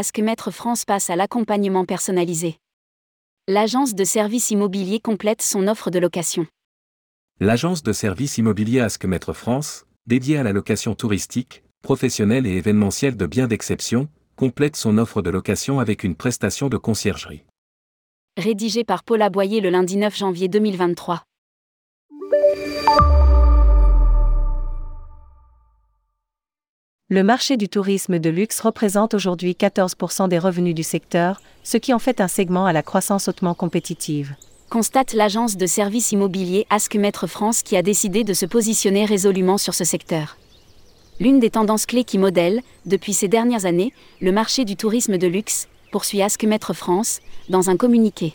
Ask Maître France passe à l'accompagnement personnalisé. L'agence de services immobiliers complète son offre de location. L'agence de services immobiliers Ask Maître France, dédiée à la location touristique, professionnelle et événementielle de biens d'exception, complète son offre de location avec une prestation de conciergerie. Rédigé par Paula Boyer le lundi 9 janvier 2023. Le marché du tourisme de luxe représente aujourd'hui 14% des revenus du secteur, ce qui en fait un segment à la croissance hautement compétitive. Constate l'agence de services immobiliers Ask Maître France qui a décidé de se positionner résolument sur ce secteur. L'une des tendances clés qui modèle, depuis ces dernières années, le marché du tourisme de luxe, poursuit Ask Maître France, dans un communiqué.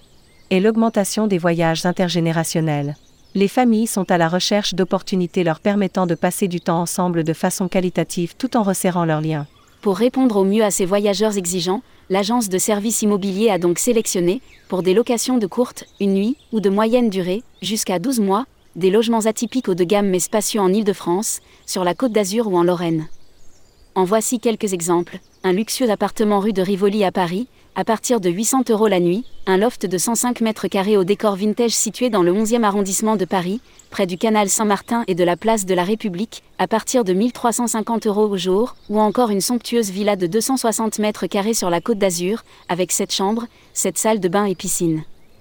Et l'augmentation des voyages intergénérationnels. Les familles sont à la recherche d'opportunités leur permettant de passer du temps ensemble de façon qualitative tout en resserrant leurs liens. Pour répondre au mieux à ces voyageurs exigeants, l'agence de services immobiliers a donc sélectionné, pour des locations de courte, une nuit, ou de moyenne durée, jusqu'à 12 mois, des logements atypiques haut de gamme mais spacieux en Île-de-France, sur la Côte d'Azur ou en Lorraine. En voici quelques exemples. Un luxueux appartement rue de Rivoli à Paris, à partir de 800 € la nuit, un loft de 105 mètres carrés au décor vintage situé dans le 11e arrondissement de Paris, près du canal Saint-Martin et de la place de la République, à partir de 1 350 € au jour, ou encore une somptueuse villa de 260 mètres carrés sur la Côte d'Azur, avec 7 chambres, 7 salles de bain et piscine.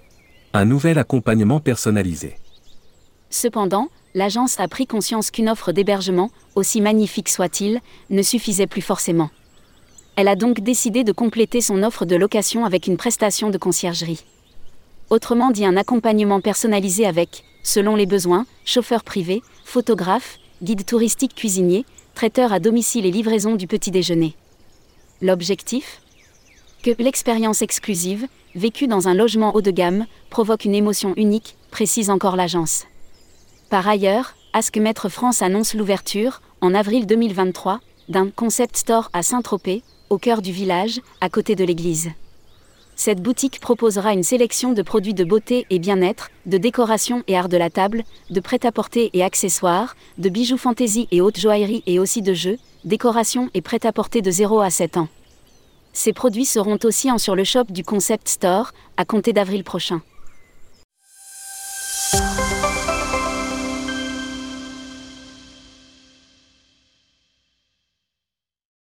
Un nouvel accompagnement personnalisé. Cependant, l'agence a pris conscience qu'une offre d'hébergement, aussi magnifique soit-il, ne suffisait plus forcément. Elle a donc décidé de compléter son offre de location avec une prestation de conciergerie. Autrement dit un accompagnement personnalisé avec, selon les besoins, chauffeur privé, photographe, guide touristique cuisinier, traiteur à domicile et livraison du petit déjeuner. L'objectif ? Que l'expérience exclusive, vécue dans un logement haut de gamme, provoque une émotion unique, précise encore l'agence. Par ailleurs, Ask Maître France annonce l'ouverture, en avril 2023, d'un concept store à Saint-Tropez, au cœur du village, à côté de l'église. Cette boutique proposera une sélection de produits de beauté et bien-être, de décoration et art de la table, de prêt-à-porter et accessoires, de bijoux fantaisie et haute joaillerie et aussi de jeux, décoration et prêt-à-porter de 0 à 7 ans. Ces produits seront aussi sur le shop du concept store, à compter d'avril prochain.